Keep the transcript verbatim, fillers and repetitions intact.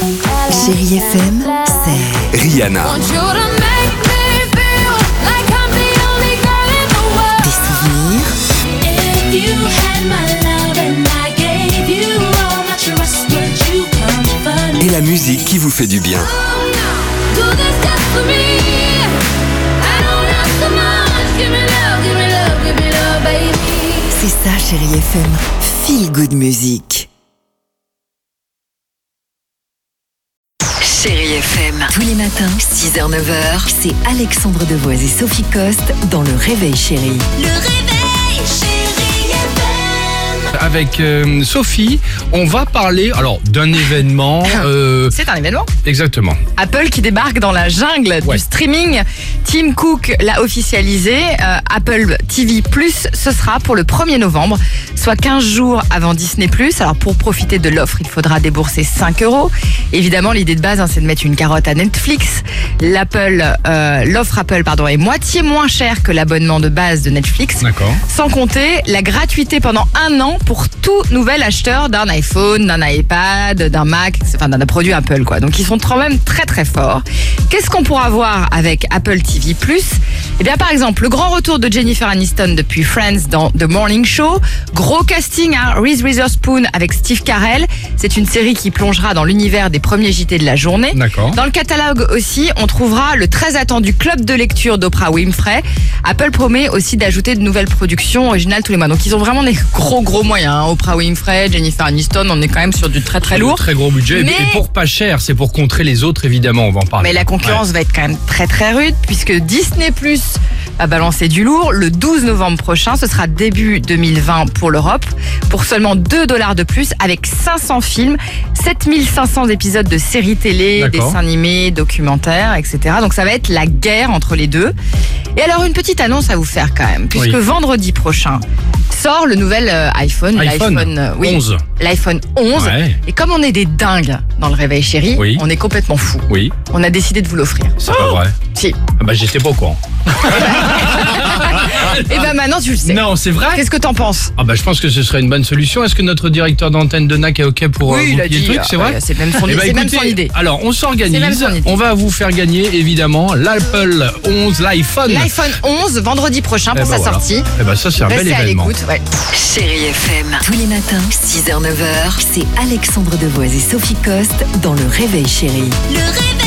Chérie F M, c'est Rihanna. des souvenirs, Et la musique qui vous fait du bien. c'est ça Chérie F M, Feel Good Music. Chérie F M, tous les matins, six heures neuf heures, c'est Alexandre Devoise et Sophie Coste dans Le Réveil Chérie. Le réveil, chérie F M. Avec euh, Sophie, on va parler alors d'un événement. euh, C'est un événement. exactement. Apple qui débarque dans la jungle Ouais. du streaming. Tim Cook l'a officialisé. Euh, Apple T V plus, ce sera pour le premier novembre, soit quinze jours avant Disney plus. Alors pour profiter de l'offre, il faudra débourser cinq euros. Évidemment, l'idée de base, hein, c'est de mettre une carotte à Netflix. L'Apple, euh, l'offre Apple pardon, est moitié moins chère que l'abonnement de base de Netflix. D'accord. Sans compter la gratuité pendant un an pour tout nouvel acheteur d'un iPhone, d'un iPad, d'un Mac, enfin d'un produit Apple, quoi. Donc ils sont quand même très très forts. Qu'est-ce qu'on pourra voir avec Apple T V plus? Eh bien par exemple, le grand retour de Jennifer Aniston depuis Friends dans The Morning Show. Gros casting, hein, Reese Witherspoon avec Steve Carell. C'est une série qui plongera dans l'univers des premiers J T de la journée. D'accord. Dans le catalogue aussi, on trouvera le très attendu club de lecture d'Oprah Winfrey. Apple promet aussi d'ajouter de nouvelles productions originales tous les mois. Donc ils ont vraiment des gros gros moyens. Hein. Oprah Winfrey, Jennifer Aniston, on est quand même sur du très très De lourd. Très gros budget. Mais- Et pour pas cher, c'est pour contrer les autres, évidemment, on va en parler. Mais la concurrence va être quand même très très rude puisque Disney plus va balancer du lourd le douze novembre prochain. Ce sera début deux mille vingt pour l'Europe. Pour seulement deux dollars de plus avec cinq cents films, sept mille cinq cents épisodes de séries télé, D'accord. dessins animés, documentaires, et cetera. Donc ça va être la guerre entre les deux. Et alors une petite annonce à vous faire quand même, puisque Oui. vendredi prochain sort le nouvel euh, iPhone, iPhone l'iPhone euh, oui, onze. l'iPhone onze. Ouais. Et comme on est des dingues dans le réveil chéri, Oui. on est complètement fous. Oui, On a décidé de vous l'offrir. c'est pas vrai. Si. Ah bah j'étais pas au courant. Et ben maintenant tu le sais. Non, c'est vrai. Qu'est-ce que t'en penses? Ah bah je pense que ce serait une bonne solution. Est-ce que notre directeur d'antenne de N A C est ok pour euh, il a boucler dit. le truc, c'est euh, vrai? ouais, C'est même son, Eh ben, c'est même écoutez, son idée. Alors, on C'est même s'organise. son idée. On va vous faire gagner, évidemment, l'Apple onze, l'iPhone. L'iPhone onze, vendredi prochain Eh pour ben sa voilà. sortie. Eh ben ça, c'est un bel Restez à événement. l'écoute. Ouais. Chérie F M, tous les matins, six heures neuf heures, c'est Alexandre Devoise et Sophie Coste dans Le Réveil Chérie. Le réveil.